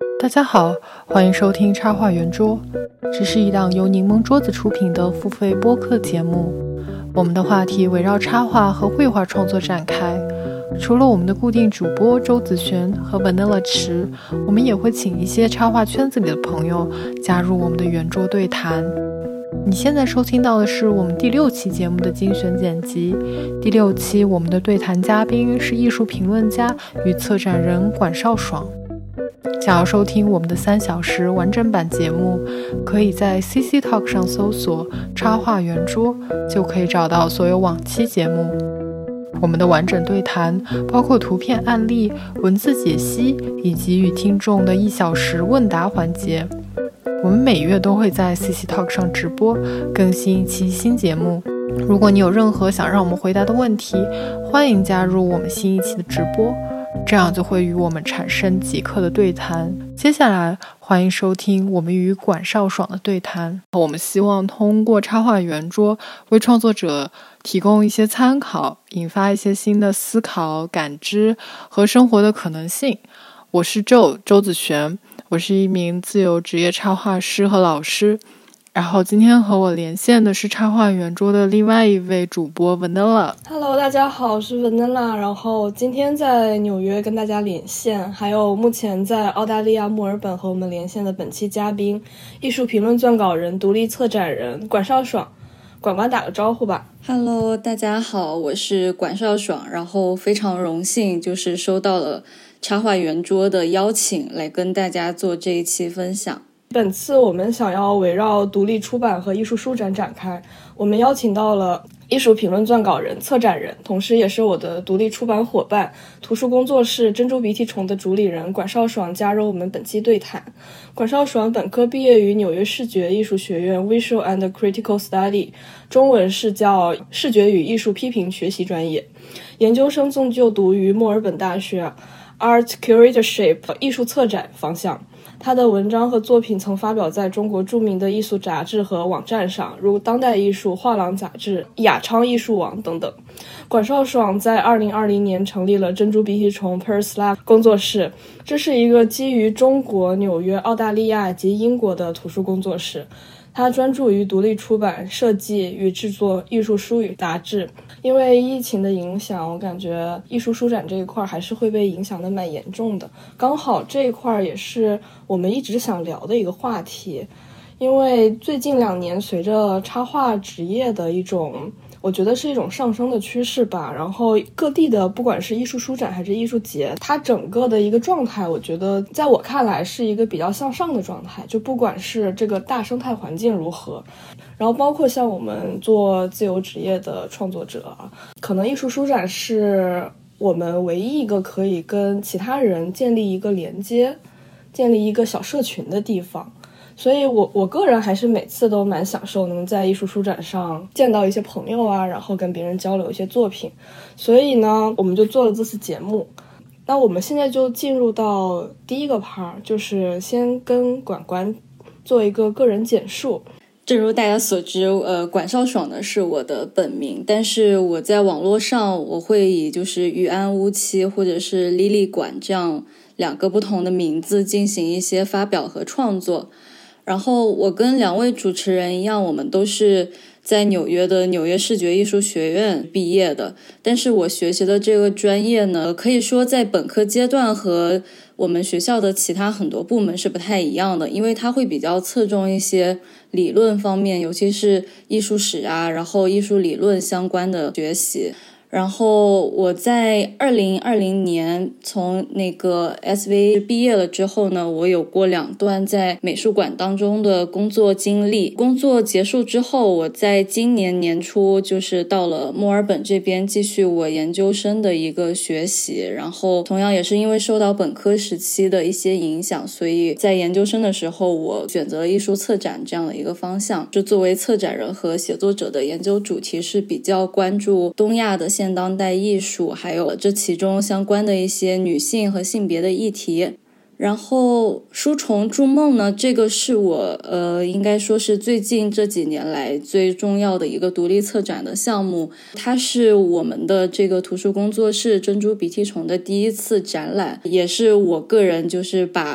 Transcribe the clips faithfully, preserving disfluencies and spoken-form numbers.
大家好，欢迎收听插画圆桌，这是一档由柠檬桌子出品的付费播客节目。我们的话题围绕插画和绘画创作展开。除了我们的固定主播周子璇和 Vanilla 池，我们也会请一些插画圈子里的朋友加入我们的圆桌对谈。你现在收听到的是我们第六期节目的精选剪辑。第六期我们的对谈嘉宾是艺术评论家与策展人管少爽。想要收听我们的三小时完整版节目，可以在 C C Talk 上搜索插画圆桌，就可以找到所有往期节目。我们的完整对谈包括图片案例、文字解析以及与听众的一小时问答环节。我们每月都会在 C C Talk 上直播更新一期新节目。如果你有任何想让我们回答的问题，欢迎加入我们新一期的直播，这样就会与我们产生即刻的对谈。接下来欢迎收听我们与管少爽的对谈。我们希望通过插画圆桌为创作者提供一些参考，引发一些新的思考、感知和生活的可能性。我是周周子璇，我是一名自由职业插画师和老师。然后今天和我连线的是插画圆桌的另外一位主播 Vanilla。Hello， 大家好，我是 Vanilla。然后今天在纽约跟大家连线，还有目前在澳大利亚墨尔本和我们连线的本期嘉宾，艺术评论撰稿人、独立策展人管少爽。管管打个招呼吧。 Hello， 大家好，我是管少爽。然后非常荣幸，就是收到了插画圆桌的邀请，来跟大家做这一期分享。 本次我们想要围绕独立出版和艺术书展展开，我们邀请到了艺术评论撰稿人、策展人，同时也是我的独立出版伙伴图书工作室珍珠鼻涕虫的主理人管少爽加入我们本期对谈。管少爽本科毕业于纽约视觉艺术学院 Visual and Critical Study， 中文是叫视觉与艺术批评学习专业，研究生纵就读于墨尔本大学 Art Curatorship 艺术策展方向。他的文章和作品曾发表在中国著名的艺术杂志和网站上，如当代艺术、画廊杂志、雅昌艺术网等等。管少爽在二零二零年成立了珍珠鼻涕虫 Perslab 工作室，这是一个基于中国、纽约、澳大利亚及英国的图书工作室。他专注于独立出版、设计与制作艺术书与杂志。因为疫情的影响，我感觉艺术书展这一块还是会被影响的蛮严重的。刚好这一块也是我们一直想聊的一个话题，因为最近两年随着插画职业的一种，我觉得是一种上升的趋势吧，然后各地的不管是艺术书展还是艺术节，它整个的一个状态，我觉得在我看来是一个比较向上的状态，就不管是这个大生态环境如何，然后包括像我们做自由职业的创作者啊，可能艺术书展是我们唯一一个可以跟其他人建立一个连接，建立一个小社群的地方。所以我我个人还是每次都蛮享受能在艺术书展上见到一些朋友啊，然后跟别人交流一些作品。所以呢，我们就做了这次节目。那我们现在就进入到第一个 part， 就是先跟管管做一个个人简述。 正如大家所知，呃，管少爽呢是我的本名，但是我在网络上我会以就是余安乌期或者是 Lily 管这样两个不同的名字进行一些发表和创作。然后我跟两位主持人一样，我们都是在纽约的纽约视觉艺术学院毕业的，但是我学习的这个专业呢，可以说在本科阶段和我们学校的其他很多部门是不太一样的，因为它会比较侧重一些理论方面，尤其是艺术史啊，然后艺术理论相关的学习。然后我在二零二零年从那个 S V A 毕业了之后呢，我有过两段在美术馆当中的工作经历。工作结束之后，我在今年年初就是到了墨尔本这边继续我研究生的一个学习。然后同样也是因为受到本科时期的一些影响，所以在研究生的时候我选择了艺术策展这样的一个方向。就作为策展人和写作者的研究主题是比较关注东亚的现当代艺术，还有这其中相关的一些女性和性别的议题。然后书虫筑梦呢，这个是我呃，应该说是最近这几年来最重要的一个独立策展的项目。它是我们的这个图书工作室珍珠鼻涕虫的第一次展览，也是我个人就是把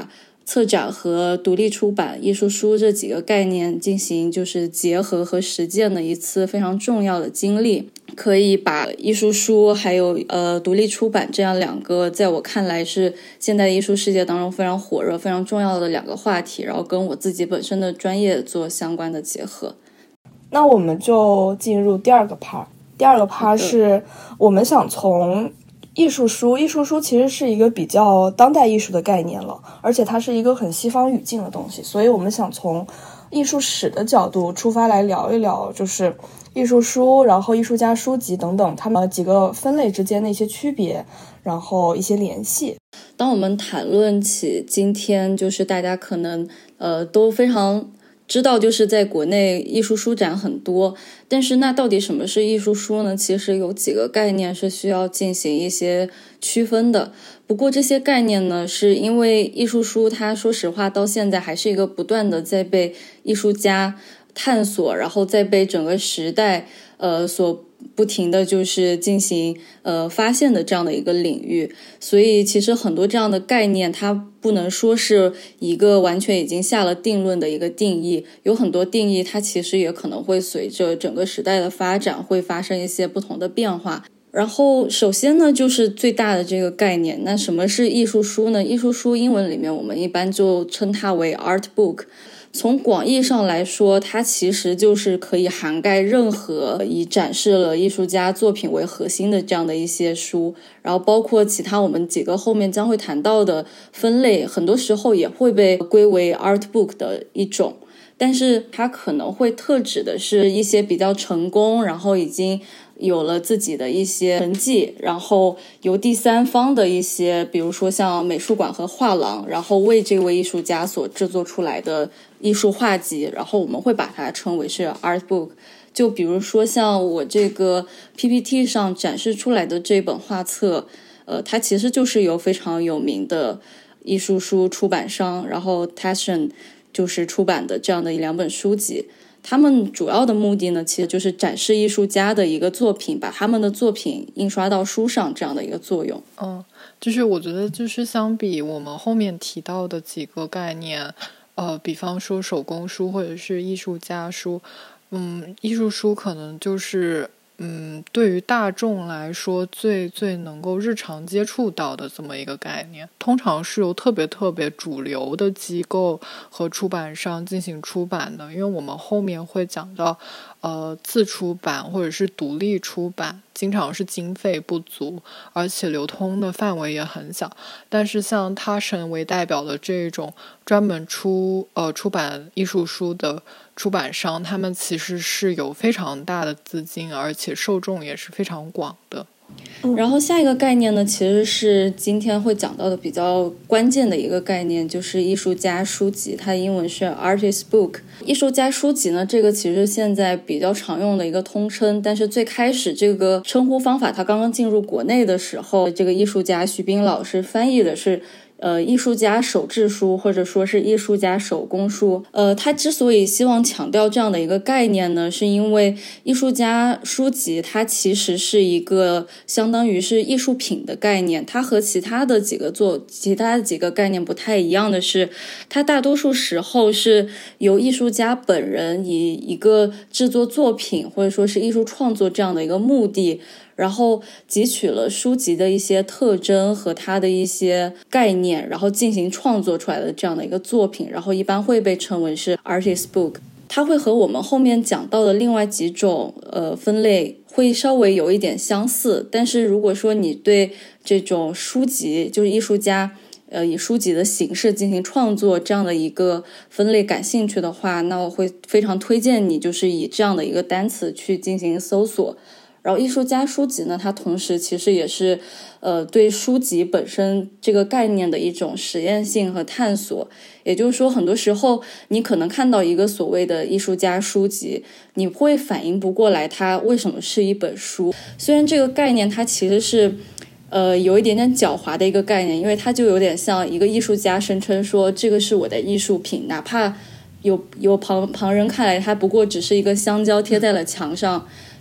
策展和独立出版艺术书这几个概念进行就是结合和实践的一次非常重要的经历，可以把艺术书还有呃独立出版这样两个在我看来是现代艺术世界当中非常火热非常重要的两个话题，然后跟我自己本身的专业做相关的结合。 那我们就进入第二个 part。 第二个 part 是我们想从艺术书艺术书其实是一个比较当代艺术的概念了，而且它是一个很西方语境的东西，所以我们想从艺术史的角度出发来聊一聊，就是艺术书然后艺术家书籍等等它们几个分类之间的一些区别，然后一些联系。 当我们谈论起今天就是大家可能呃都非常知道就是在国内艺术书展很多，但是那到底什么是艺术书呢？其实有几个概念是需要进行一些区分的。不过这些概念呢，是因为艺术书它说实话到现在还是一个不断的在被艺术家探索，然后再被整个时代呃所不停的就是进行呃发现的这样的一个领域，所以其实很多这样的概念它不能说是一个完全已经下了定论的一个定义，有很多定义它其实也可能会随着整个时代的发展会发生一些不同的变化。然后首先呢就是最大的这个概念，那什么是艺术书呢？艺术书英文里面我们一般就称它为 art book，从广义上来说，它其实就是可以涵盖任何以展示了艺术家作品为核心的这样的一些书，然后包括其他我们几个后面将会谈到的分类，很多时候也会被归为 art book 的一种，但是它可能会特指的是一些比较成功，然后已经有了自己的一些成绩，然后由第三方的一些比如说像美术馆和画廊，然后为这位艺术家所制作出来的艺术画集，然后我们会把它称为是 art book。 就比如说像我这个 P P T 上展示出来的这本画册，呃，它其实就是由非常有名的艺术书出版商然后 Taschen 就是出版的这样的两本书籍，他们主要的目的呢其实就是展示艺术家的一个作品，把他们的作品印刷到书上这样的一个作用。 嗯，就是我觉得就是相比我们后面提到的几个概念，呃，比方说手工书或者是艺术家书，嗯，艺术书可能就是嗯，对于大众来说最最能够日常接触到的这么一个概念，通常是由特别特别主流的机构和出版商进行出版的。因为我们后面会讲到呃，自出版或者是独立出版经常是经费不足，而且流通的范围也很小。但是像Taschen为代表的这种专门出呃出版艺术书的出版商，他们其实是有非常大的资金，而且受众也是非常广的。 然后下一个概念呢，其实是今天会讲到的比较关键的一个概念，就是艺术家书籍，它的英文是 artist book。 艺术家书籍呢，这个其实现在比较常用的一个通称，但是最开始这个称呼方法它刚刚进入国内的时候，这个艺术家徐冰老师翻译的是呃，艺术家手制书，或者说是艺术家手工书。呃，他之所以希望强调这样的一个概念呢，是因为艺术家书籍它其实是一个相当于是艺术品的概念，它和其他的几个做其他的几个概念不太一样的是，它大多数时候是由艺术家本人以一个制作作品或者说是艺术创作这样的一个目的，然后汲取了书籍的一些特征和它的一些概念，然后进行创作出来的这样的一个作品，然后一般会被称为是 artist book。 它会和我们后面讲到的另外几种呃分类会稍微有一点相似，但是如果说你对这种书籍就是艺术家呃以书籍的形式进行创作这样的一个分类感兴趣的话，那我会非常推荐你就是以这样的一个单词去进行搜索。然后艺术家书籍呢，它同时其实也是呃对书籍本身这个概念的一种实验性和探索。也就是说很多时候你可能看到一个所谓的艺术家书籍，你会反应不过来它为什么是一本书。虽然这个概念它其实是呃有一点点狡猾的一个概念，因为它就有点像一个艺术家声称说这个是我的艺术品，哪怕有有旁旁人看来它不过只是一个香蕉贴在了墙上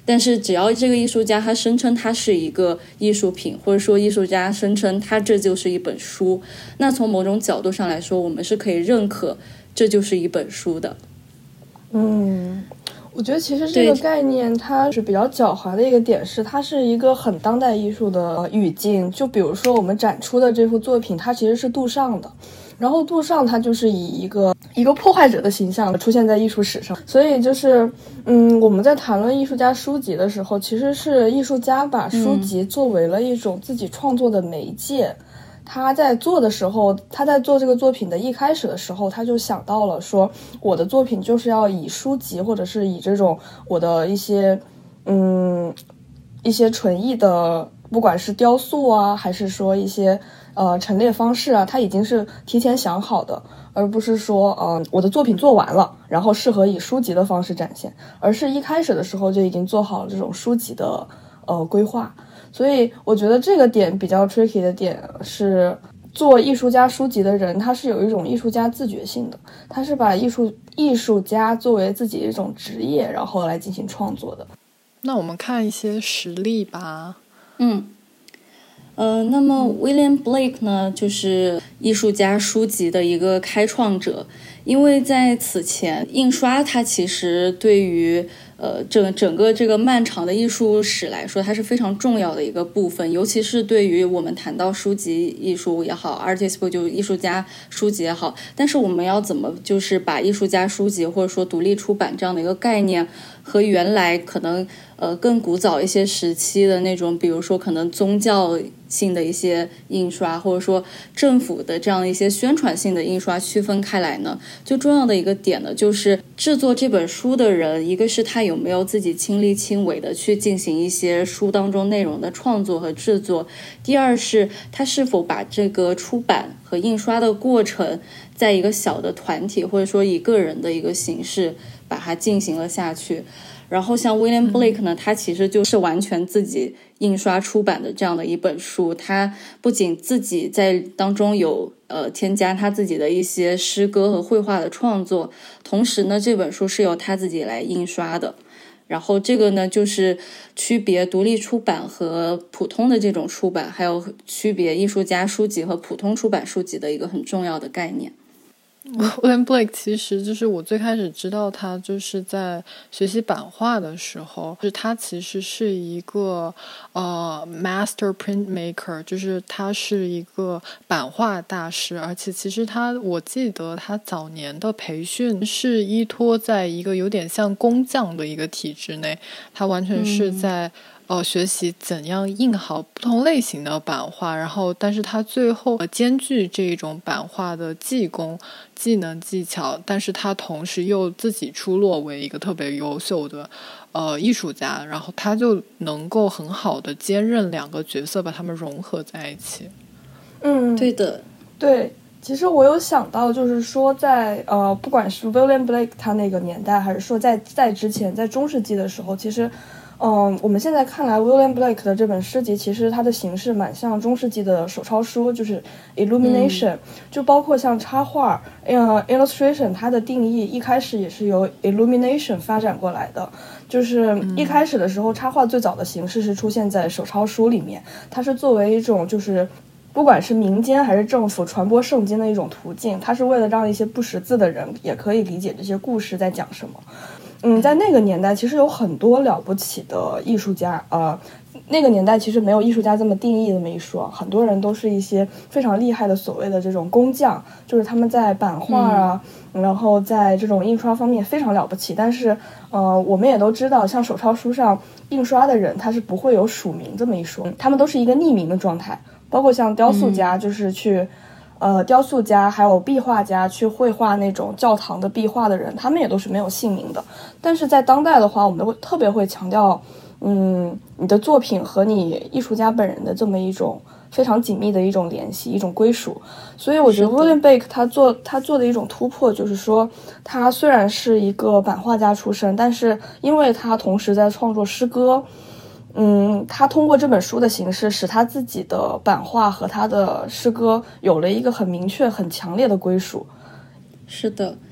但是只要这个艺术家他声称它是一个艺术品，或者说艺术家声称它这就是一本书，那从某种角度上来说，我们是可以认可这就是一本书的。 嗯，我觉得其实这个概念它是比较狡猾的一个点是，它是一个很当代艺术的语境。就比如说我们展出的这幅作品，它其实是杜尚的，然后杜尚他就是以一个一个破坏者的形象出现在艺术史上，所以就是嗯，我们在谈论艺术家书籍的时候，其实是艺术家把书籍作为了一种自己创作的媒介。嗯，他在做的时候，他在做这个作品的一开始的时候，他就想到了说，我的作品就是要以书籍或者是以这种我的一些嗯一些纯艺的，不管是雕塑啊，还是说一些呃陈列方式啊，他已经是提前想好的，而不是说呃我的作品做完了，然后适合以书籍的方式展现，而是一开始的时候就已经做好了这种书籍的呃规划。所以我觉得这个点比较 tricky 的点是，做艺术家书籍的人他是有一种艺术家自觉性的，他是把艺术艺术家作为自己一种职业，然后来进行创作的。 那我们看一些实例吧。 嗯呃，那么 William Blake 呢，就是艺术家书籍的一个开创者，因为在此前印刷它其实对于呃，整整个这个漫长的艺术史来说，它是非常重要的一个部分，尤其是对于我们谈到书籍艺术也好 ，artist book 就艺术家书籍也好，但是我们要怎么就是把艺术家书籍或者说独立出版这样的一个概念和原来可能呃更古早一些时期的那种，比如说可能宗教性的一些印刷，或者说政府的这样一些宣传性的印刷区分开来呢？最重要的一个点呢，就是制作这本书的人，一个是他有没有自己亲力亲为的去进行一些书当中内容的创作和制作，第二是他是否把这个出版和印刷的过程在一个小的团体或者说以个人的一个形式把它进行了下去。然后像 William Blake 呢，他其实就是完全自己印刷出版的这样的一本书，他不仅自己在当中有呃添加他自己的一些诗歌和绘画的创作，同时呢这本书是由他自己来印刷的。然后这个呢就是区别独立出版和普通的这种出版，还有区别艺术家书籍和普通出版书籍的一个很重要的概念。 William Blake 其实就是我最开始知道他就是在学习版画的时候，就是他其实是一个呃 master printmaker， 就是他是一个版画大师，而且其实他我记得他早年的培训是依托在一个有点像工匠的一个体制内，他完全是在、嗯呃，学习怎样印好不同类型的版画，然后但是他最后、呃、兼具这一种版画的技工技能技巧，但是他同时又自己出落为一个特别优秀的呃艺术家，然后他就能够很好的兼任两个角色，把他们融合在一起。 嗯， 对的， 对。其实我有想到，就是说在呃，不管是 William Blake 他那个年代，还是说在在之前，在中世纪的时候，其实。嗯，我们现在看来 William Blake 的这本诗集，其实它的形式蛮像中世纪的手抄书，就是 illumination、嗯、就包括像插画、呃、illustration， 它的定义一开始也是由 illumination 发展过来的。就是一开始的时候，插画最早的形式是出现在手抄书里面，它是作为一种就是不管是民间还是政府传播圣经的一种途径，它是为了让一些不识字的人也可以理解这些故事在讲什么。嗯，在那个年代其实有很多了不起的艺术家，呃，那个年代其实没有艺术家这么定义这么一说，很多人都是一些非常厉害的所谓的这种工匠，就是他们在版画啊、嗯、然后在这种印刷方面非常了不起，但是呃，我们也都知道像手抄书上印刷的人他是不会有署名这么一说，他们都是一个匿名的状态，包括像雕塑家就是去、嗯呃，雕塑家还有壁画家去绘画那种教堂的壁画的人，他们也都是没有姓名的。但是在当代的话，我们会特别会强调，嗯，你的作品和你艺术家本人的这么一种非常紧密的一种联系，一种归属。所以我觉得 William Blake 他做他做的一种突破，就是说他虽然是一个版画家出身，但是因为他同时在创作诗歌。嗯，他通过这本书的形式，使他自己的版画和他的诗歌有了一个很明确、很强烈的归属。 是的，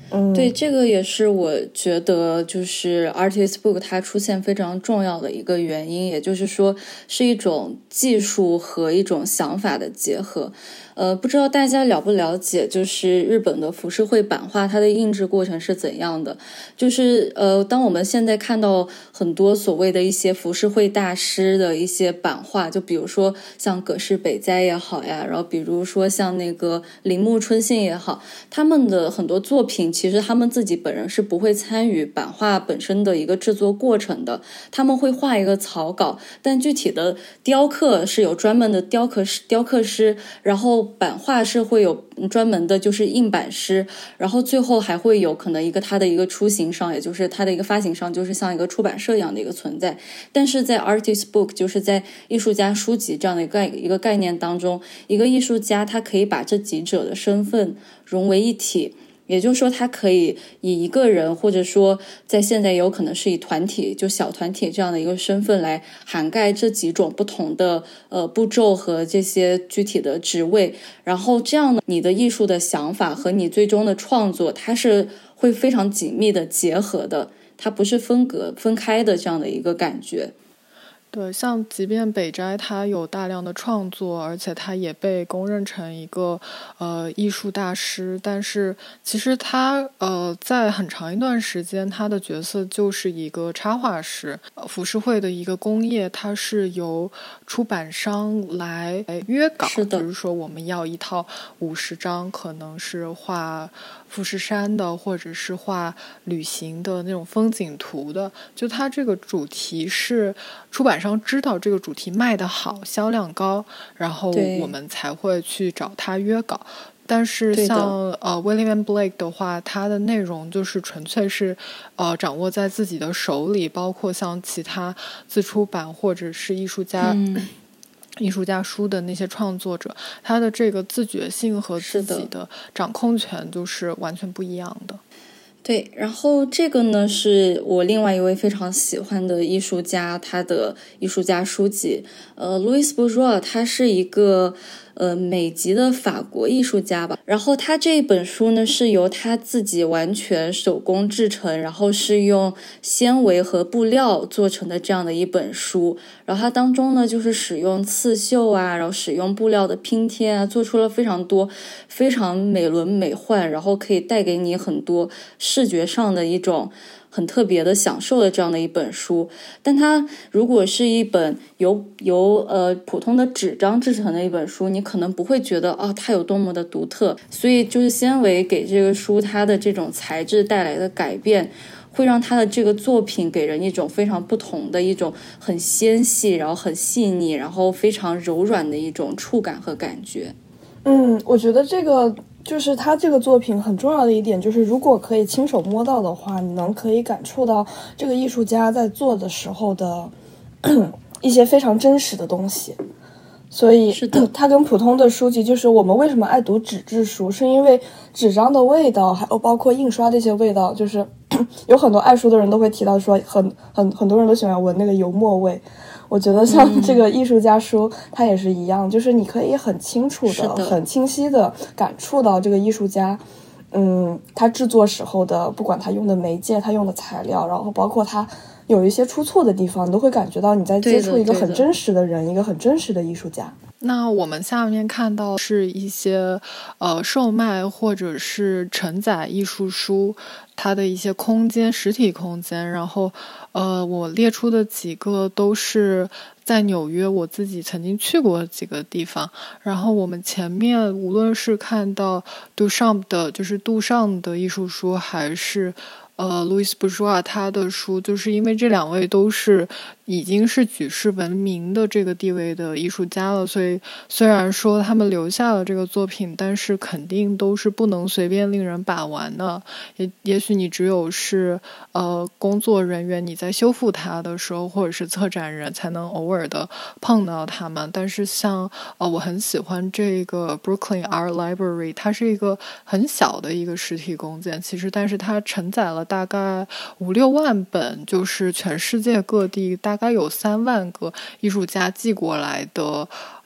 嗯， 对，这个也是我觉得就是 artist book 它出现非常重要的一个原因，也就是说是一种技术和一种想法的结合。呃，不知道大家了不了解，就是日本的浮世绘版画它的印制过程是怎样的？就是呃，当我们现在看到很多所谓的一些浮世绘大师的一些版画，就比如说像葛饰北斋也好呀，然后比如说像那个铃木春信也好，他们的很多作品其实他们自己本人是不会参与版画本身的一个制作过程的，他们会画一个草稿，但具体的雕刻是有专门的雕刻师雕刻师，然后版画是会有专门的就是印版师，然后最后还会有可能一个它的一个出行商，也就是它的一个发行商，就是像一个出版社一样的一个存在。但是在 artist book 就是在艺术家书籍这样的一个一个概念当中，一个艺术家他可以把这几者的身份融为一体，也就是说他可以以一个人，或者说在现在有可能是以团体，就小团体这样的一个身份来涵盖这几种不同的呃步骤和这些具体的职位，然后这样呢，你的艺术的想法和你最终的创作它是会非常紧密的结合的，它不是分隔分开的这样的一个感觉。 对，像即便北斋他有大量的创作，而且他也被公认成一个呃艺术大师，但是其实他呃在很长一段时间他的角色就是一个插画师。呃浮世绘的一个工业，它是由出版商来约稿， 是的， 比如说我们要一套五十张，可能是画富士山的，或者是画旅行的那种风景图的，就它这个主题是出版商知道这个主题卖得好，销量高，然后我们才会去找他约稿。但是像呃 William Blake 的话，他的内容就是纯粹是呃掌握在自己的手里，包括像其他自出版或者是艺术家、 嗯、 艺术家书的那些创作者，他的这个自觉性和自己的掌控权就是完全不一样的。 对，然后这个呢是我另外一位非常喜欢的艺术家，他的艺术家书籍，呃 Louis Bourgeois 他是一个呃美籍的法国艺术家吧，然后他这一本书呢是由他自己完全手工制成，然后是用纤维和布料做成的这样的一本书，然后它当中呢就是使用刺绣啊，然后使用布料的拼贴啊，做出了非常多非常美轮美奂，然后可以带给你很多视觉上的一种很特别的享受的这样的一本书。但它如果是一本由由呃普通的纸张制成的一本书，你可能不会觉得哦它有多么的独特，所以就是纤维给这个书它的这种材质带来的改变，会让他的这个作品给人一种非常不同的一种很纤细，然后很细腻，然后非常柔软的一种触感和感觉。 嗯，我觉得这个就是他这个作品很重要的一点，就是如果可以亲手摸到的话，你能可以感触到这个艺术家在做的时候的一些非常真实的东西。所以是的， 它跟普通的书籍，就是我们为什么爱读纸质书，是因为纸张的味道，还有包括印刷的一些味道，就是有很多爱书的人都会提到说，很很很多人都喜欢闻那个油墨味。我觉得像这个艺术家书、嗯、它也是一样，就是你可以很清楚的、 的很清晰的感触到这个艺术家，嗯，他制作时候的，不管他用的媒介，他用的材料，然后包括他有一些出错的地方，你都会感觉到你在接触一个很真实的人，一个很真实的艺术家。 那我们下面看到是一些呃售卖或者是承载艺术书它的一些空间，实体空间，然后呃我列出的几个都是在纽约我自己曾经去过几个地方。然后我们前面无论是看到杜尚的就是杜尚的艺术书，还是呃 Louis Bourgeois 他的书，就是因为这两位都是已经是举世闻名的这个地位的艺术家了，所以虽然说他们留下了这个作品，但是肯定都是不能随便令人把玩的。也也许你只有是呃工作人员，你在修复它的时候，或者是策展人才能偶尔的碰到他们。但是像呃我很喜欢这个 Brooklyn Art Library， 它是一个很小的一个实体空间，其实但是它承载了大概五六万本，就是全世界各地大概有三万个艺术家寄过来的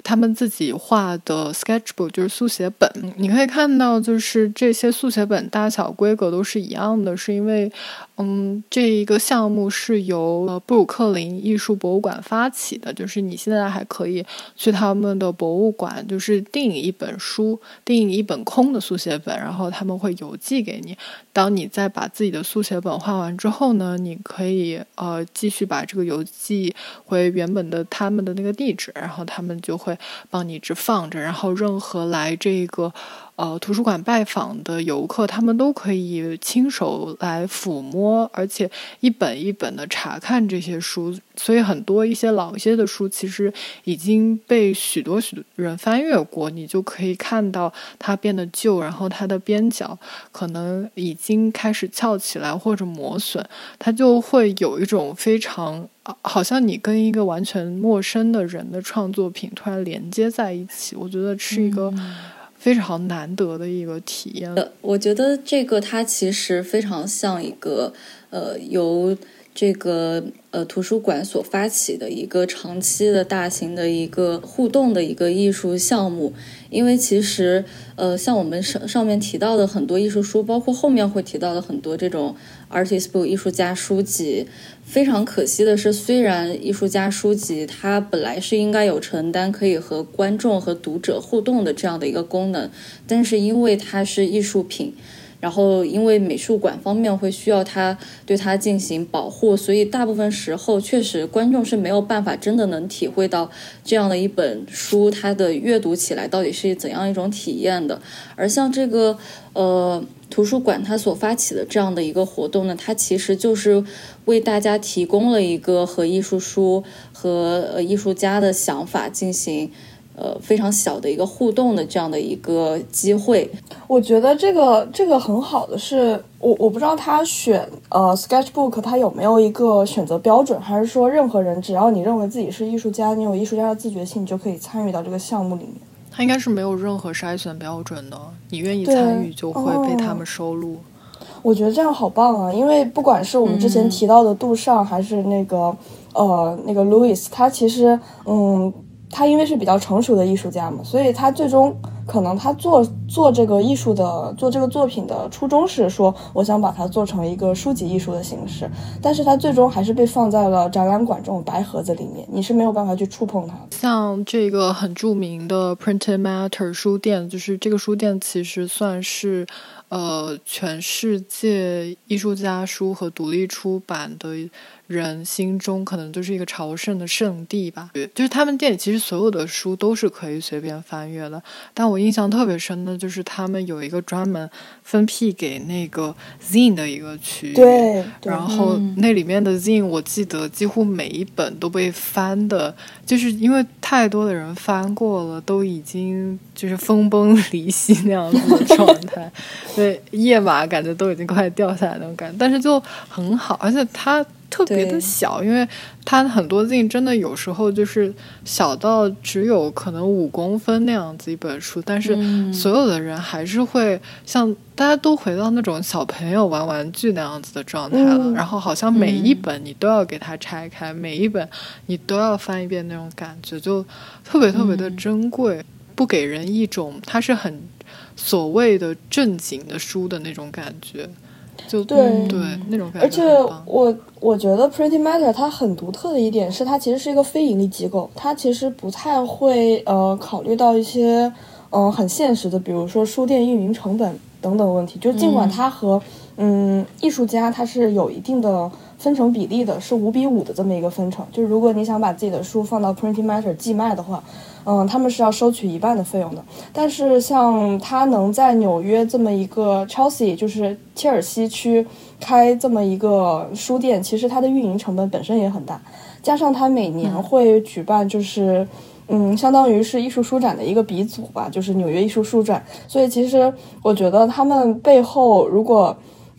他们自己画的 sketchbook， 就是速写本。你可以看到就是这些速写本大小规格都是一样的，是因为嗯，这一个项目是由呃布鲁克林艺术博物馆发起的，就是你现在还可以去他们的博物馆，就是订一本书，订一本空的速写本，然后他们会邮寄给你。当你再把自己的速写本画完之后呢，你可以呃继续把这个邮寄回原本的他们的那个地址，然后他们就会帮你一直放着，然后任何来这个呃图书馆拜访的游客，他们都可以亲手来抚摸，而且一本一本的查看这些书。所以很多一些老一些的书其实已经被许多许多人翻阅过，你就可以看到它变得旧，然后它的边角可能已经开始翘起来或者磨损，它就会有一种非常好像你跟一个完全陌生的人的创作品突然连接在一起，我觉得是一个非常难得的一个体验。 呃，我觉得这个它其实非常像一个呃由这个呃图书馆所发起的一个长期的大型的一个互动的一个艺术项目。因为其实呃像我们上上面提到的很多艺术书，包括后面会提到的很多这种 artist book 艺术家书籍，非常可惜的是，虽然艺术家书籍它本来是应该有承担可以和观众和读者互动的这样的一个功能，但是因为它是艺术品，然后因为美术馆方面会需要它对它进行保护，所以大部分时候确实观众是没有办法真的能体会到这样的一本书它的阅读起来到底是怎样一种体验的。而像这个呃图书馆它所发起的这样的一个活动呢，它其实就是为大家提供了一个和艺术书和呃艺术家的想法进行呃非常小的一个互动的这样的一个机会。 我觉得这个这个很好的是，我我不知道他选呃 sketchbook 他有没有一个选择标准，还是说任何人只要你认为自己是艺术家，你有艺术家的自觉性，你就可以参与到这个项目里面。 它应该是没有任何筛选标准的，你愿意参与就会被他们收录。 我觉得这样好棒啊，因为不管是我们之前提到的杜尚、嗯、还是那个呃那个 Louis， 他其实嗯他因为是比较成熟的艺术家嘛，所以他最终可能他做做这个艺术的做这个作品的初衷是说我想把它做成一个书籍艺术的形式，但是他最终还是被放在了展览馆这种白盒子里面，你是没有办法去触碰它。 像这个很著名的 Printed Matter 书店，就是这个书店其实算是呃全世界艺术家书和独立出版的人心中可能就是一个朝圣的圣地吧。就是他们店里其实所有的书都是可以随便翻阅的，但我印象特别深的就是他们有一个专门分辟给那个 zine 的一个区域， 对， 然后那里面的 zine 我记得几乎每一本都被翻的，就是因为太多的人翻过了，都已经就是分崩离析那样子的状态对，页码感觉都已经快掉下来那种感觉，但是就很好，而且它特别的小，因为它很多zine真的有时候就是小到只有可能五公分那样子一本书，但是所有的人还是会像大家都回到那种小朋友玩玩具那样子的状态了、嗯、然后好像每一本你都要给它拆开、嗯、每一本你都要翻一遍那种感觉，就特别特别的珍贵、嗯、不给人一种它是很所谓的正经的书的那种感觉，就对、 嗯、对那种感觉。 而且我我觉得 Printed Matter 它很独特的一点是，它其实是一个非盈利机构，它其实不太会呃考虑到一些嗯、呃、很现实的，比如说书店运营成本等等问题。就尽管它和嗯, 嗯艺术家它是有一定的分成比例的，是五比五的这么一个分成。就如果你想把自己的书放到 Printed Matter 寄卖的话，嗯，他们是要收取一半的费用的。但是像他能在纽约这么一个 Chelsea， 就是切尔西区开这么一个书店，其实它的运营成本本身也很大，加上他每年会举办就是嗯，相当于是艺术书展的一个鼻祖吧，就是纽约艺术书展。所以其实我觉得他们背后如果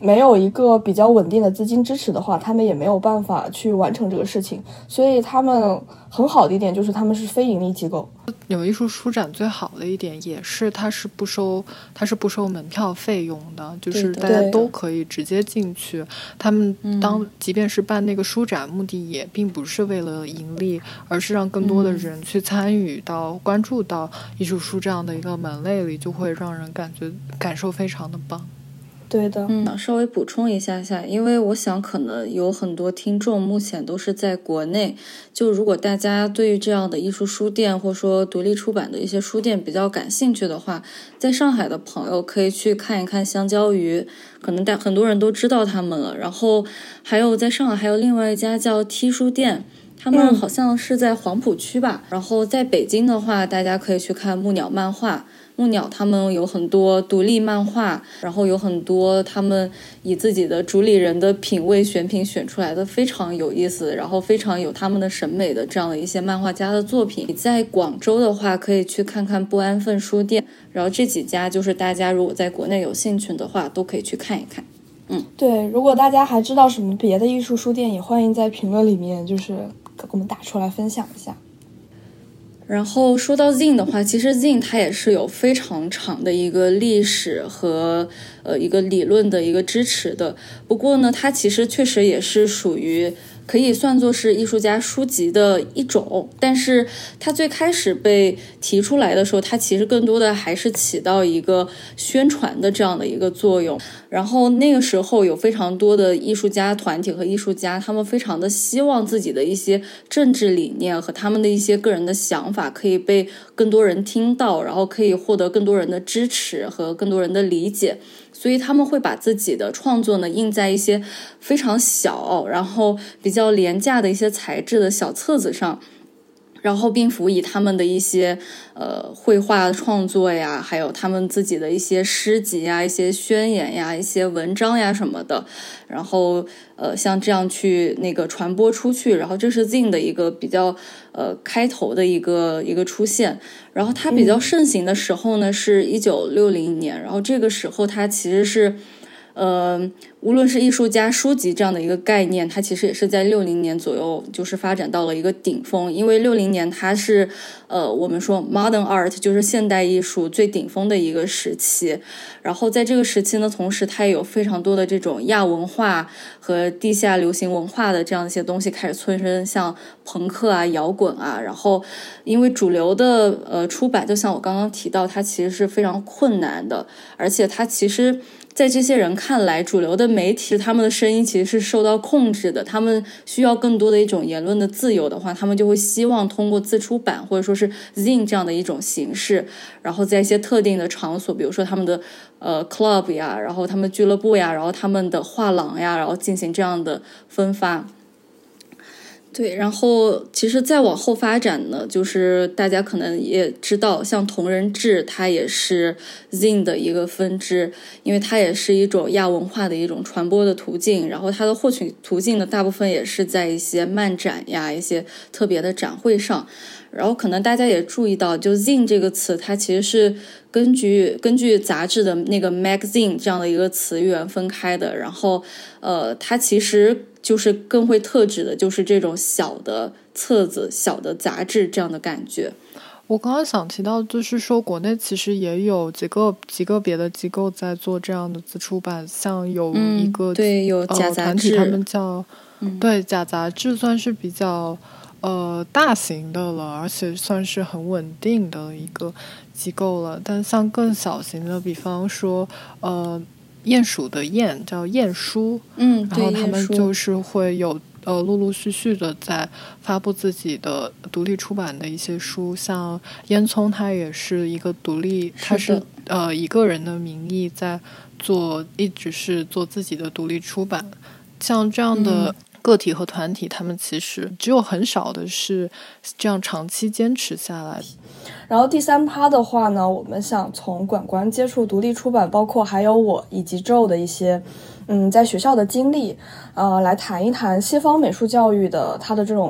没有一个比较稳定的资金支持的话，他们也没有办法去完成这个事情。所以他们很好的一点就是他们是非盈利机构。 有艺术书展最好的一点也是它是不收它是不收门票费用的，就是大家都可以直接进去。他们当即便是办那个书展，目的也并不是为了盈利，而是让更多的人去参与到、嗯、关注到艺术书这样的一个门类里，就会让人感觉感受非常的棒。 对的， 嗯，稍微补充一下下，因为我想可能有很多听众目前都是在国内，就如果大家对于这样的艺术书店或者说独立出版的一些书店比较感兴趣的话，在上海的朋友可以去看一看香蕉鱼，可能大很多人都知道他们了。然后还有在上海还有另外一家叫 T 书店，他们好像是在黄浦区吧、嗯、然后在北京的话，大家可以去看木鸟漫画。木鸟他们有很多独立漫画，然后有很多他们以自己的主理人的品味选品选出来的非常有意思，然后非常有他们的审美的这样的一些漫画家的作品。在广州的话可以去看看不安分书店，然后这几家就是大家如果在国内有兴趣的话都可以去看一看。嗯， 对，如果大家还知道什么别的艺术书店，也欢迎在评论里面就是给我们打出来分享一下。 然后说到 Zine 的话，其实 Zine 它也是有非常长的一个历史和呃一个理论的一个支持的。不过呢，它其实确实也是属于可以算作是艺术家书籍的一种，但是它最开始被提出来的时候，它其实更多的还是起到一个宣传的这样的一个作用。然后那个时候有非常多的艺术家团体和艺术家，他们非常的希望自己的一些政治理念和他们的一些个人的想法可以被更多人听到，然后可以获得更多人的支持和更多人的理解，所以他们会把自己的创作呢印在一些非常小然后比较廉价的一些材质的小册子上，然后并辅以他们的一些呃绘画创作呀，还有他们自己的一些诗集呀、一些宣言呀、一些文章呀什么的，然后呃像这样去那个传播出去。然后这是 Zine 的一个比较呃开头的一个一个出现。然后它比较盛行的时候呢、嗯、是一九六零年，然后这个时候它其实是呃，无论是艺术家书籍这样的一个概念，它其实也是在六零年左右就是发展到了一个顶峰。因为六零年它是呃，我们说 modern art 就是现代艺术最顶峰的一个时期。然后在这个时期呢，同时它也有非常多的这种亚文化和地下流行文化的这样一些东西开始催生，像朋克啊、摇滚啊。然后因为主流的呃出版，就像我刚刚提到，它其实是非常困难的，而且它其实在这些人看来，主流的媒体他们的声音其实是受到控制的，他们需要更多的一种言论的自由的话，他们就会希望通过自出版或者说是 Zine 这样的一种形式，然后在一些特定的场所，比如说他们的呃 club 呀，然后他们俱乐部呀，然后他们的画廊呀，然后进行这样的分发。对，然后其实再往后发展呢，就是大家可能也知道，像同人志它也是 Zine 的一个分支，因为它也是一种亚文化的一种传播的途径，然后它的获取途径呢，大部分也是在一些漫展呀、一些特别的展会上。然后可能大家也注意到，就 Zine 这个词它其实是根据根据杂志的那个 magazine 这样的一个词源分开的，然后呃，它其实就是更会特指的就是这种小的册子、小的杂志这样的感觉。 我刚刚想提到，就是说国内其实也有几个几个别的机构在做这样的自出版，像有一个、 嗯、对有假杂志、 呃、团体，他们叫、 嗯、 对假杂志，算是比较呃大型的了，而且算是很稳定的一个机构了。但像更小型的，比方说呃鼹鼠的鼹叫鼹书， 嗯， 然后他们就是会有呃陆陆续续的在发布自己的独立出版的一些书，像烟囱它也是一个独立，它是呃一个人的名义在做，一直是做自己的独立出版。像这样的个体和团体、嗯、他们其实只有很少的是这样长期坚持下来。 然后第三趴的话呢，我们想从管管接触独立出版，包括还有我以及 Joe 的一些嗯在学校的经历，呃，来谈一谈西方美术教育的它的这种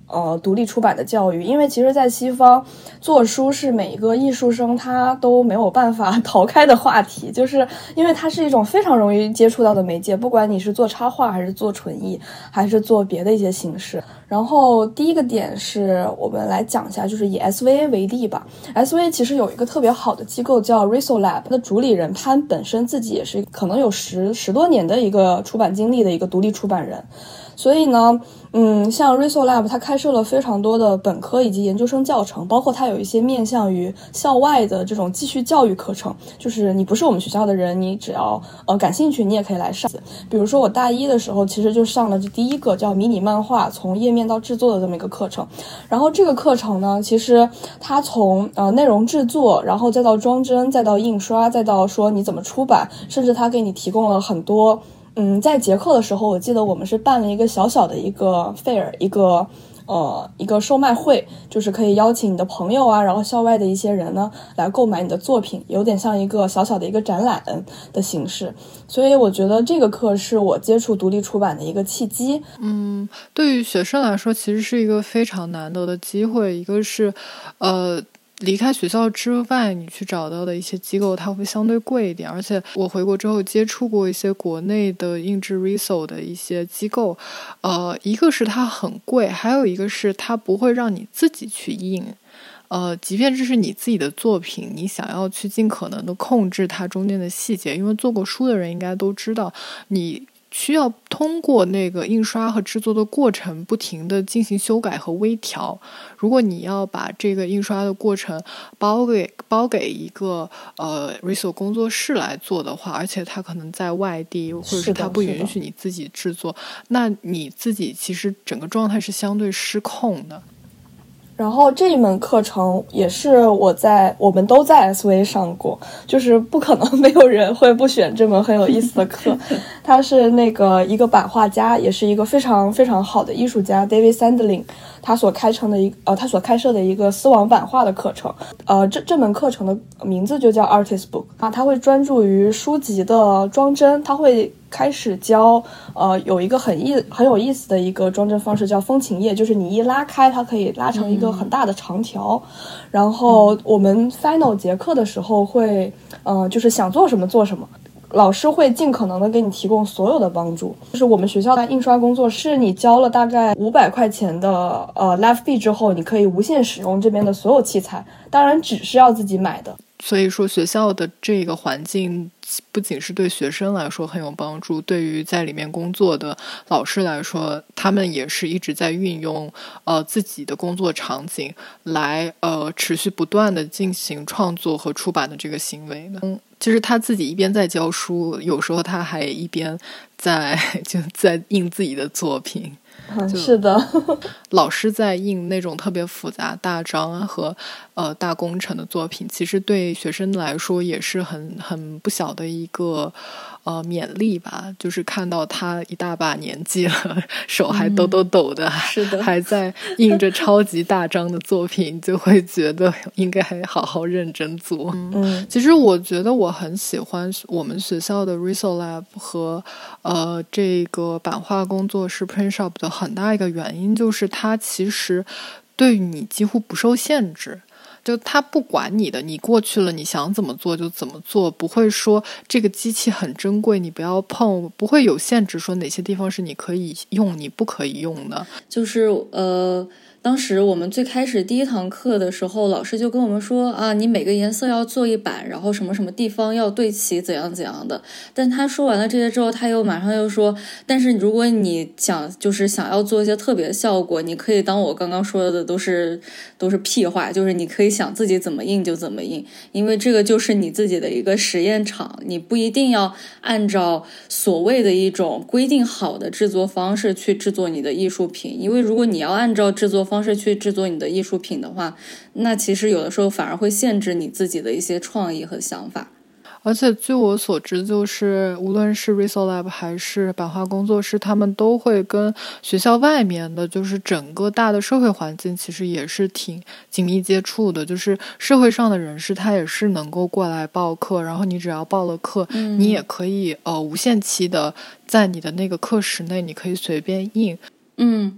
呃独立出版的教育，因为其实在西方做书是每一个艺术生他都没有办法逃开的话题，就是因为它是一种非常容易接触到的媒介，不管你是做插画还是做纯艺还是做别的一些形式。然后第一个点是我们来讲一下，就是以 S V A 为例吧。 S V A 其实有一个特别好的机构叫 Risolab， 它的主理人潘本身自己也是可能有十十多年的一个出版经历的一个独立出版人。所以呢，嗯，像 Risolab 它开设了非常多的本科以及研究生教程，包括它有一些面向于校外的这种继续教育课程，就是你不是我们学校的人，你只要呃感兴趣，你也可以来上。比如说我大一的时候，其实就上了这第一个叫迷你漫画从页面到制作的这么一个课程。然后这个课程呢，其实它从呃内容制作，然后再到装帧，再到印刷，再到说你怎么出版，甚至它给你提供了很多。嗯，在结课的时候，我记得我们是办了一个小小的一个 fair， 一个呃一个售卖会，就是可以邀请你的朋友啊，然后校外的一些人呢来购买你的作品，有点像一个小小的一个展览的形式。所以我觉得这个课是我接触独立出版的一个契机。 嗯，对于学生来说，其实是一个非常难得的机会。一个是，呃。离开学校之外，你去找到的一些机构它会相对贵一点，而且我回国之后接触过一些国内的印制 Riso 的一些机构，呃，一个是它很贵，还有一个是它不会让你自己去印，呃，即便这是你自己的作品，你想要去尽可能的控制它中间的细节，因为做过书的人应该都知道，你需要通过那个印刷和制作的过程不停地进行修改和微调。如果你要把这个印刷的过程包给包给一个呃 Riso 工作室来做的话，而且他可能在外地，或者是他不允许你自己制作，那你自己其实整个状态是相对失控的。 然后这一门课程也是我在我们都在 S V A 上过，就是不可能没有人会不选这门很有意思的课。他是那个一个版画家，也是一个非常非常好的艺术家 David Sandlin， 他所开成的一呃他所开设的一个丝网版画的课程。呃这这门课程的名字就叫 Artist Book 啊，他会专注于书籍的装帧，他会开始教呃有一个很意很有意思的一个装帧方式叫风琴页，就是你一拉开它可以拉成一个很大的长条、嗯、然后我们 final 节课的时候会呃就是想做什么做什么，老师会尽可能的给你提供所有的帮助。就是我们学校的印刷工作室，你交了大概五百块钱的呃 live fee 之后，你可以无限使用这边的所有器材，当然纸是要自己买的。 所以说学校的这个环境不仅是对学生来说很有帮助，对于在里面工作的老师来说，他们也是一直在运用呃自己的工作场景来呃持续不断的进行创作和出版的这个行为的。嗯，其实他自己一边在教书，有时候他还一边在就在印自己的作品。 嗯、是的， 老师在印那种特别复杂大章啊和呃大工程的作品，其实对学生来说也是很很不小的一个呃勉励吧。就是看到他一大把年纪了，手还抖抖抖的， 嗯、是的， 还在印着超级大章的作品，就会觉得应该好好认真做。 嗯， 其实我觉得我很喜欢我们学校的 Risolab 和呃这个版画工作室 Print Shop 的很大一个原因就是它其实对你几乎不受限制，就它不管你的，你过去了你想怎么做就怎么做，不会说这个机器很珍贵你不要碰，不会有限制说哪些地方是你可以用你不可以用的。 就是呃当时我们最开始第一堂课的时候，老师就跟我们说啊，你每个颜色要做一版，然后什么什么地方要对齐，怎样怎样的。但他说完了这些之后，他又马上又说，但是如果你想就是想要做一些特别效果，你可以当我刚刚说的都是都是屁话，就是你可以想自己怎么印就怎么印，因为这个就是你自己的一个实验场，你不一定要按照所谓的一种规定好的制作方式去制作你的艺术品，因为如果你要按照制作方式去制作你的艺术品的话，那其实有的时候反而会限制你自己的一些创意和想法。 而且据我所知，就是无论是 Risolab 还是版画工作室，他们都会跟学校外面的就是整个大的社会环境其实也是挺紧密接触的，就是社会上的人士他也是能够过来报课，然后你只要报了课、嗯、你也可以呃无限期的在你的那个课时内你可以随便印。 嗯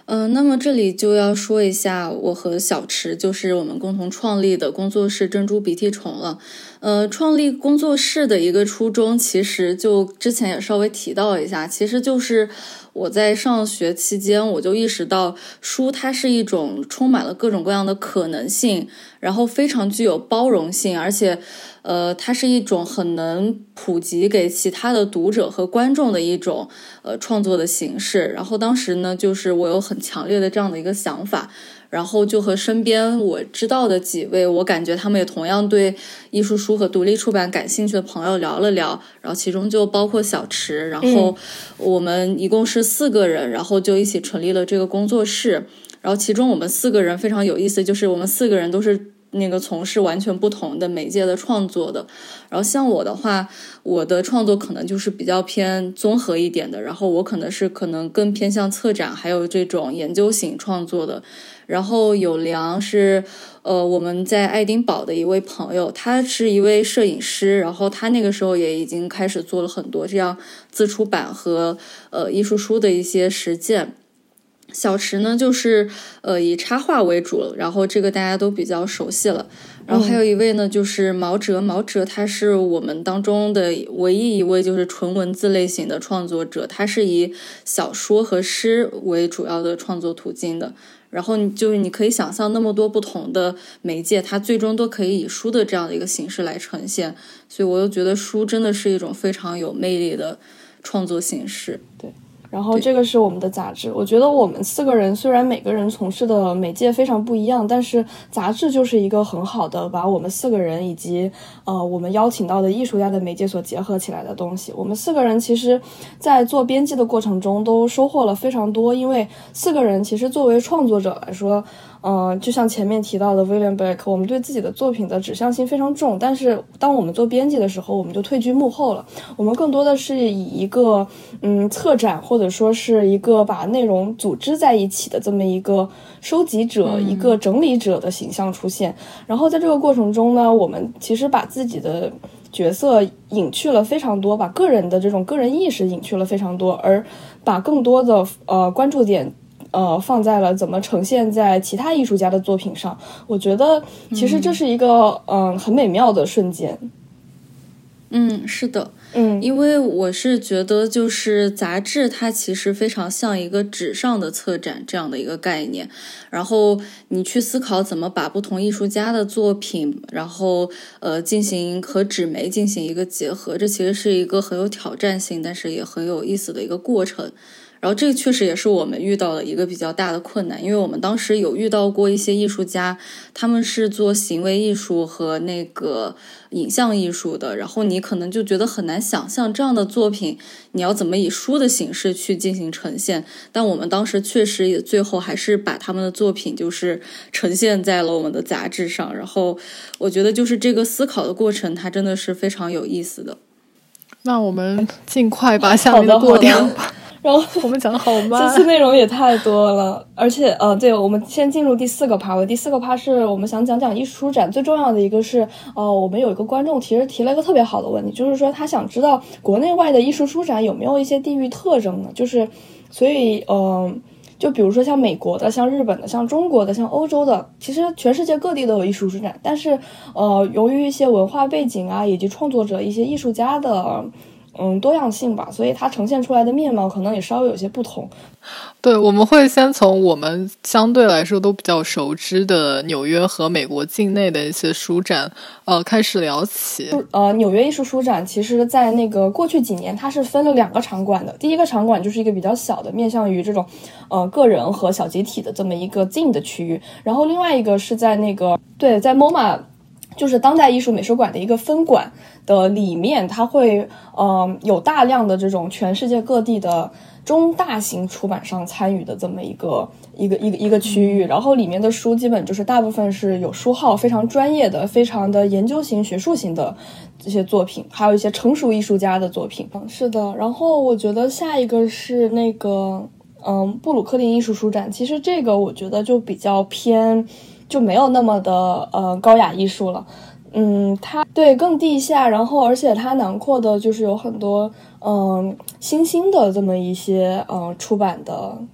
嗯、呃，那么这里就要说一下我和小池，就是我们共同创立的工作室珍珠鼻涕虫了。呃，创立工作室的一个初衷，其实就之前也稍微提到一下，其实就是我在上学期间，我就意识到书它是一种充满了各种各样的可能性，然后非常具有包容性，而且呃，它是一种很能普及给其他的读者和观众的一种呃创作的形式。然后当时呢，就是我有很强烈的这样的一个想法，然后就和身边我知道的几位，我感觉他们也同样对艺术书和独立出版感兴趣的朋友聊了聊，然后其中就包括小池，然后我们一共是四个人，然后就一起成立了这个工作室。然后其中我们四个人非常有意思，就是我们四个人都是那个从事完全不同的媒介的创作的。然后像我的话，我的创作可能就是比较偏综合一点的，然后我可能是可能更偏向策展还有这种研究型创作的。然后有良是呃我们在爱丁堡的一位朋友，他是一位摄影师，然后他那个时候也已经开始做了很多这样自出版和呃艺术书的一些实践。小池呢就是呃以插画为主，然后这个大家都比较熟悉了。然后还有一位呢就是毛哲，毛哲他是我们当中的唯一一位就是纯文字类型的创作者，他是以小说和诗为主要的创作途径的。然后你就是你可以想象那么多不同的媒介，它最终都可以以书的这样的一个形式来呈现，所以我又觉得书真的是一种非常有魅力的创作形式。 对，然后这个是我们的杂志。我觉得我们四个人虽然每个人从事的媒介非常不一样，但是杂志就是一个很好的把我们四个人以及呃我们邀请到的艺术家的媒介所结合起来的东西。我们四个人其实在做编辑的过程中都收获了非常多，因为四个人其实作为创作者来说，呃，就像前面提到的 William Blake， 我们对自己的作品的指向性非常重，但是当我们做编辑的时候，我们就退居幕后了。我们更多的是以一个嗯策展或者说是一个把内容组织在一起的这么一个收集者、嗯、一个整理者的形象出现。然后在这个过程中呢，我们其实把自己的角色隐去了非常多，把个人的这种个人意识隐去了非常多，而把更多的呃关注点呃，放在了怎么呈现在其他艺术家的作品上。我觉得其实这是一个嗯、呃、很美妙的瞬间。 嗯，是的， 嗯， 因为我是觉得就是杂志它其实非常像一个纸上的策展这样的一个概念，然后你去思考怎么把不同艺术家的作品然后呃进行和纸媒进行一个结合，这其实是一个很有挑战性但是也很有意思的一个过程。然后这个确实也是我们遇到的一个比较大的困难，因为我们当时有遇到过一些艺术家，他们是做行为艺术和那个影像艺术的，然后你可能就觉得很难想象这样的作品你要怎么以书的形式去进行呈现，但我们当时确实也最后还是把他们的作品就是呈现在了我们的杂志上。然后我觉得就是这个思考的过程它真的是非常有意思的。 那我们尽快把下面的过掉吧。 然后我们讲的好慢， 这次内容也太多了，而且呃，对，我们先进入第四个趴。我第四个趴是我们想讲讲艺术书展，最重要的一个是，呃，我们有一个观众其实提了一个特别好的问题，就是说他想知道国内外的艺术书展有没有一些地域特征呢？就是，所以呃，就比如说像美国的、像日本的、像中国的、像欧洲的，其实全世界各地都有艺术书展，但是呃，由于一些文化背景啊，以及创作者、一些艺术家的。嗯，多样性吧，所以它呈现出来的面貌可能也稍微有些不同。 对，我们会先从我们相对来说都比较熟知的纽约和美国境内的一些书展，呃，开始聊起。 呃，纽约艺术书展其实在那个过去几年，它是分了两个场馆的。第一个场馆就是一个比较小的，面向于这种呃个人和小集体的这么一个近的区域，然后另外一个是在那个对，在 M O M A。就是当代艺术美术馆的一个分馆的里面，它会呃有大量的这种全世界各地的中大型出版商参与的这么一个一个一个一个区域，然后里面的书基本就是大部分是有书号，非常专业的，非常的研究型学术型的这些作品，还有一些成熟艺术家的作品。嗯，是的。然后我觉得下一个是那个嗯布鲁克林艺术书展，其实这个我觉得就比较偏。就没有那么的呃高雅艺术了，嗯，它对更地下，然后而且它囊括的就是有很多嗯、呃、新兴的这么一些呃出版的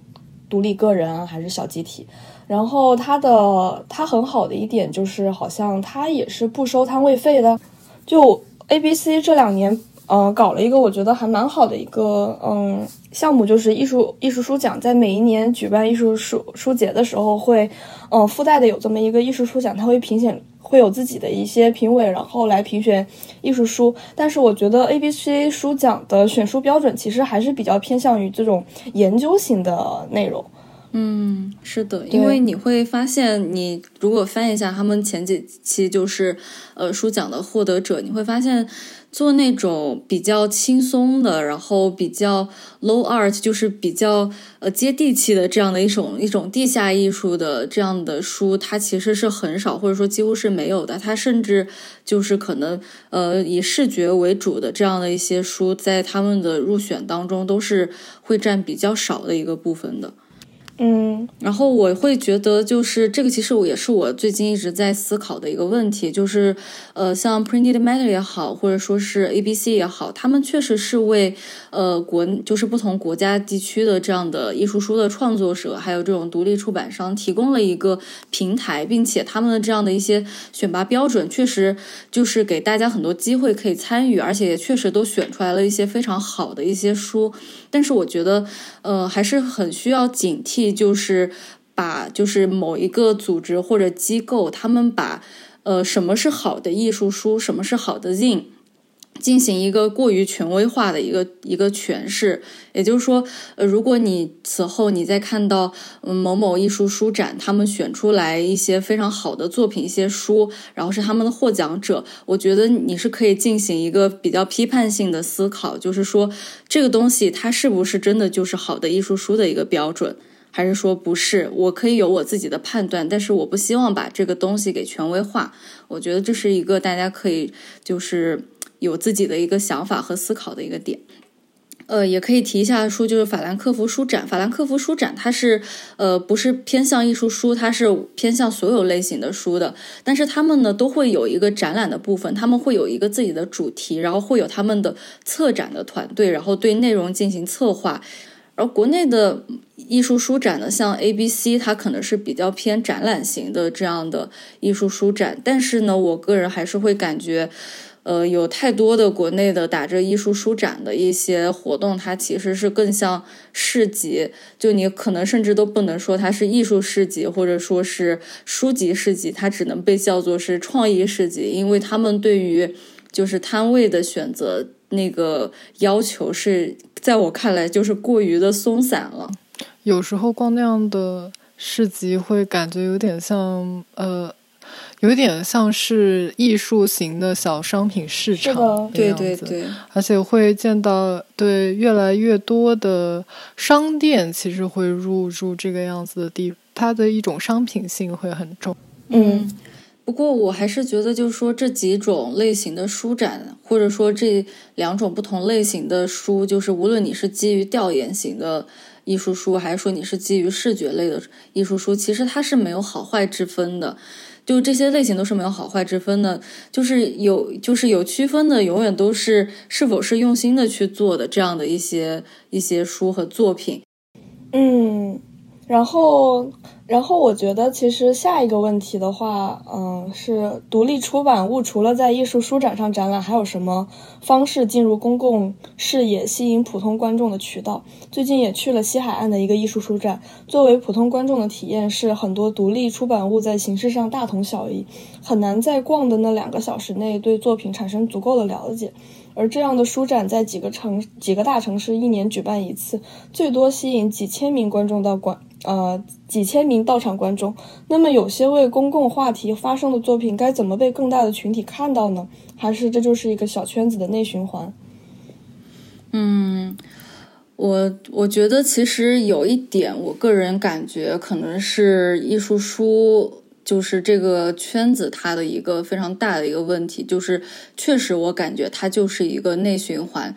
独立个人啊，还是小集体。然后它的它很好的一点就是，好像它也是不收摊位费的。就 A B C 这两年，呃，搞了一个我觉得还蛮好的一个嗯项目，就是艺术艺术书奖，在每一年举办艺术书书节的时候会，嗯、呃，附带的有这么一个艺术书奖，它会评选。会有自己的一些评委，然后来评选艺术书。但是我觉得 A B C 书奖的选书标准其实还是比较偏向于这种研究型的内容。 嗯，是的，因为你会发现，你如果翻一下他们前几期就是呃书奖的获得者，你会发现做那种比较轻松的，然后比较 low art， 就是比较呃接地气的这样的一种一种地下艺术的这样的书，它其实是很少，或者说几乎是没有的。它甚至就是可能呃以视觉为主的这样的一些书，在他们的入选当中都是会占比较少的一个部分的。 嗯， 然后我会觉得，就是这个其实我也是我最近一直在思考的一个问题，就是呃，像 Printed Matter 也好，或者说是 A B C 也好，他们确实是为呃国就是不同国家地区的这样的艺术书的创作者，还有这种独立出版商提供了一个平台，并且他们的这样的一些选拔标准，确实就是给大家很多机会可以参与，而且也确实都选出来了一些非常好的一些书。但是我觉得，呃，还是很需要警惕。就是把就是某一个组织或者机构，他们把呃什么是好的艺术书，什么是好的 zine 进行一个过于权威化的一个一个诠释。也就是说，呃，如果你此后你再看到、嗯、某某艺术书展，他们选出来一些非常好的作品，一些书，然后是他们的获奖者，我觉得你是可以进行一个比较批判性的思考，就是说这个东西它是不是真的就是好的艺术书的一个标准。还是说不是，我可以有我自己的判断，但是我不希望把这个东西给权威化。我觉得这是一个大家可以就是有自己的一个想法和思考的一个点。呃，也可以提一下书，就是法兰克福书展。法兰克福书展它是呃不是偏向艺术书，它是偏向所有类型的书的。但是他们呢都会有一个展览的部分，他们会有一个自己的主题，然后会有他们的策展的团队，然后对内容进行策划。而国内的艺术书展呢，像 A B C 它可能是比较偏展览型的这样的艺术书展，但是呢我个人还是会感觉呃，有太多的国内的打着艺术书展的一些活动，它其实是更像市集，就你可能甚至都不能说它是艺术市集，或者说是书籍市集，它只能被叫做是创意市集，因为他们对于就是摊位的选择那个要求是在我看来就是过于的松散了。 有时候逛那样的市集会感觉有点像呃，有点像是艺术型的小商品市场， 对对对， 而且会见到对越来越多的商店其实会入驻这个样子的地，它的一种商品性会很重。 嗯。不过我还是觉得就是说这几种类型的书展，或者说这两种不同类型的书，就是无论你是基于调研型的艺术书，还是说你是基于视觉类的艺术书，其实它是没有好坏之分的，就这些类型都是没有好坏之分的，就是有就是有区分的永远都是是否是用心的去做的这样的一些一些书和作品。 嗯，然后然后我觉得其实下一个问题的话，嗯，是独立出版物除了在艺术书展上展览，还有什么方式进入公共视野，吸引普通观众的渠道？最近也去了西海岸的一个艺术书展，作为普通观众的体验是很多独立出版物在形式上大同小异，很难在逛的那两个小时内对作品产生足够的了解。而这样的书展在几个城几个大城市一年举办一次，最多吸引几千名观众到观呃几千名到场观众。那么有些为公共话题发声的作品该怎么被更大的群体看到呢？还是这就是一个小圈子的内循环？ 嗯，我我觉得其实有一点，我个人感觉可能是艺术书就是这个圈子它的一个非常大的一个问题，就是确实我感觉它就是一个内循环。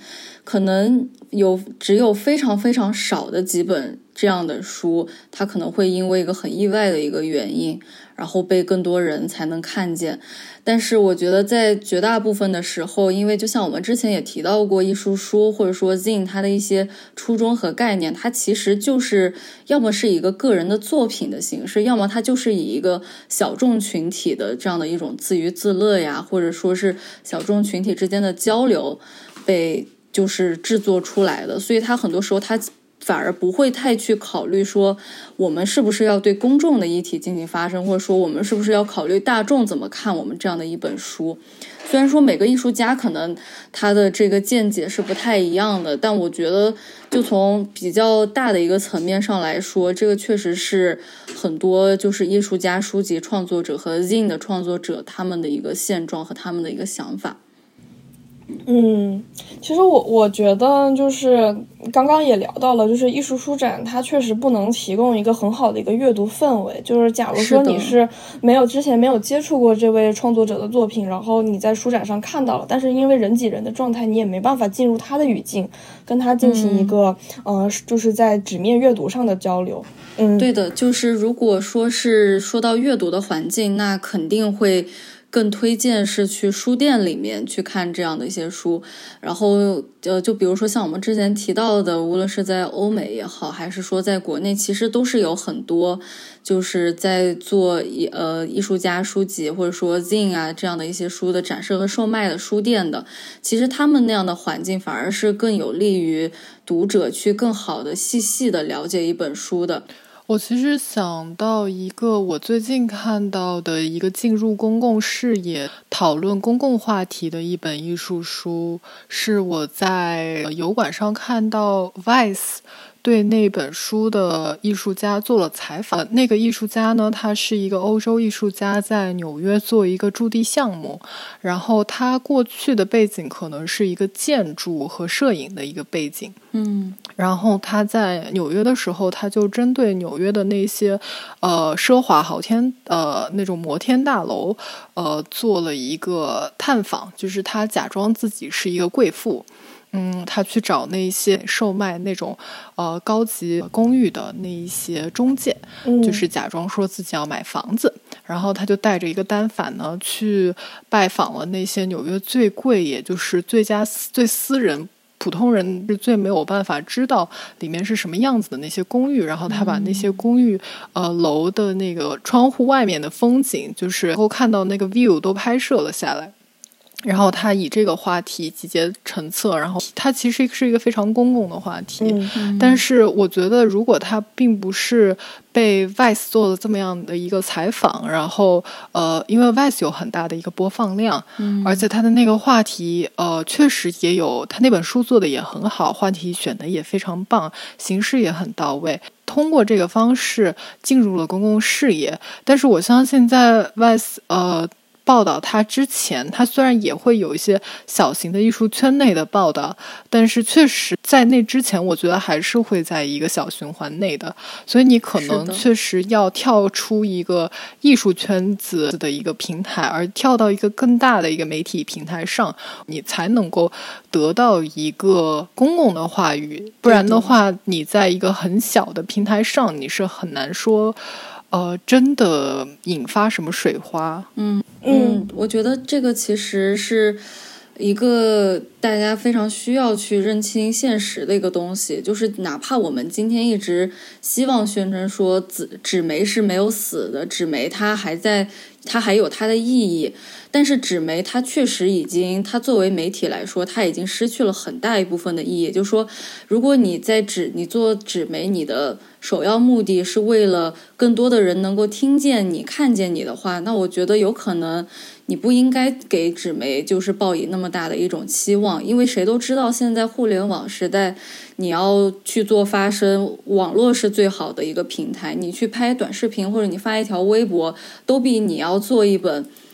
可能有只有非常非常少的几本这样的书，它可能会因为一个很意外的一个原因，然后被更多人才能看见。但是我觉得在绝大部分的时候，因为就像我们之前也提到过，艺术书或者说 zine 它的一些初衷和概念，它其实就是要么是一个个人的作品的形式，要么它就是以一个小众群体的这样的一种自娱自乐呀，或者说是小众群体之间的交流被就是制作出来的。所以它很多时候它反而不会太去考虑说我们是不是要对公众的议题进行发声，或者说我们是不是要考虑大众怎么看我们这样的一本书。虽然说每个艺术家可能他的这个见解是不太一样的，但我觉得就从比较大的一个层面上来说，这个确实是很多就是艺术家、书籍创作者和 zine 的创作者他们的一个现状和他们的一个想法。 嗯，其实我我觉得就是刚刚也聊到了，就是艺术书展它确实不能提供一个很好的一个阅读氛围。就是假如说你是没有之前没有接触过这位创作者的作品，然后你在书展上看到了，但是因为人挤人的状态，你也没办法进入他的语境，跟他进行一个、嗯、呃，就是在纸面阅读上的交流。嗯， 对的，就是如果说是说到阅读的环境，那肯定会更推荐是去书店里面去看这样的一些书。然后呃，就比如说像我们之前提到的，无论是在欧美也好，还是说在国内，其实都是有很多就是在做呃艺术家书籍或者说 zine 啊这样的一些书的展示和售卖的书店的。其实他们那样的环境反而是更有利于读者去更好的细细的了解一本书的。 我其实想到一个我最近看到的一个进入公共视野讨论公共话题的一本艺术书，是我在油管上看到 Vice 对那本书的艺术家做了采访。那个艺术家呢，他是一个欧洲艺术家，在纽约做一个驻地项目，然后他过去的背景可能是一个建筑和摄影的一个背景。 嗯， 然后他在纽约的时候，他就针对纽约的那些呃奢华豪天呃那种摩天大楼呃做了一个探访，就是他假装自己是一个贵妇。嗯，他去找那些售卖那种呃高级公寓的那一些中介、嗯、就是假装说自己要买房子，然后他就带着一个单反呢去拜访了那些纽约最贵也就是最佳最私人普通人是最没有办法知道里面是什么样子的那些公寓，然后他把那些公寓、嗯、呃楼的那个窗户外面的风景，就是然后看到那个 view 都拍摄了下来。然后他以这个话题集结成册，然后它其实是一个非常公共的话题、嗯、但是我觉得如果他并不是被 Vice 做了这么样的一个采访，然后呃，因为 Vice 有很大的一个播放量、嗯、而且他的那个话题呃，确实也有他那本书做的也很好，话题选的也非常棒，形式也很到位，通过这个方式进入了公共视野。但是我相信在 Vice 呃报道他之前，他虽然也会有一些小型的艺术圈内的报道，但是确实在那之前我觉得还是会在一个小循环内的，所以你可能确实要跳出一个艺术圈子的一个平台，而跳到一个更大的一个媒体平台上，你才能够得到一个公共的话语，不然的话你在一个很小的平台上你是很难说呃，真的引发什么水花。 嗯嗯，我觉得这个其实是一个大家非常需要去认清现实的一个东西，就是哪怕我们今天一直希望宣称说纸纸媒是没有死的，纸媒它还在，它还有它的意义，但是纸媒它确实已经，它作为媒体来说，它已经失去了很大一部分的意义。就是说，如果你在纸，你做纸媒，你的首要目的是为了更多的人能够听见你、看见你的话，那我觉得有可能你不应该给纸媒就是抱以那么大的一种期望，因为谁都知道现在互联网时代，你要去做发声，网络是最好的一个平台，你去拍短视频或者你发一条微博，都比你要做一本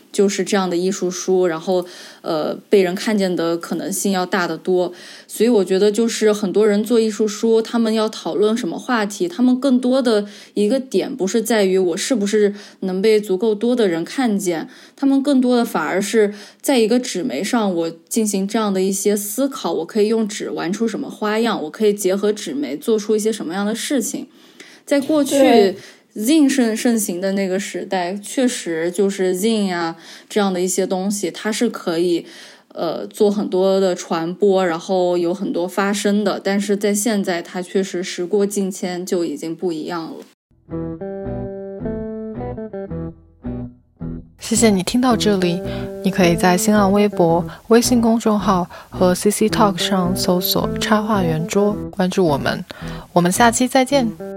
就是这样的艺术书，然后呃被人看见的可能性要大得多。所以我觉得就是很多人做艺术书，他们要讨论什么话题，他们更多的一个点不是在于我是不是能被足够多的人看见，他们更多的反而是在一个纸媒上我进行这样的一些思考，我可以用纸玩出什么花样，我可以结合纸媒做出一些什么样的事情。在过去zine 盛盛行的那个时代，确实就是 zine 啊这样的一些东西，它是可以呃做很多的传播，然后有很多发声的。但是在现在，它确实时过境迁，就已经不一样了。 谢谢你听到这里，你可以在新浪微博、微信公众号和 C C Talk 上搜索插画圆桌，关注我们。我们下期再见。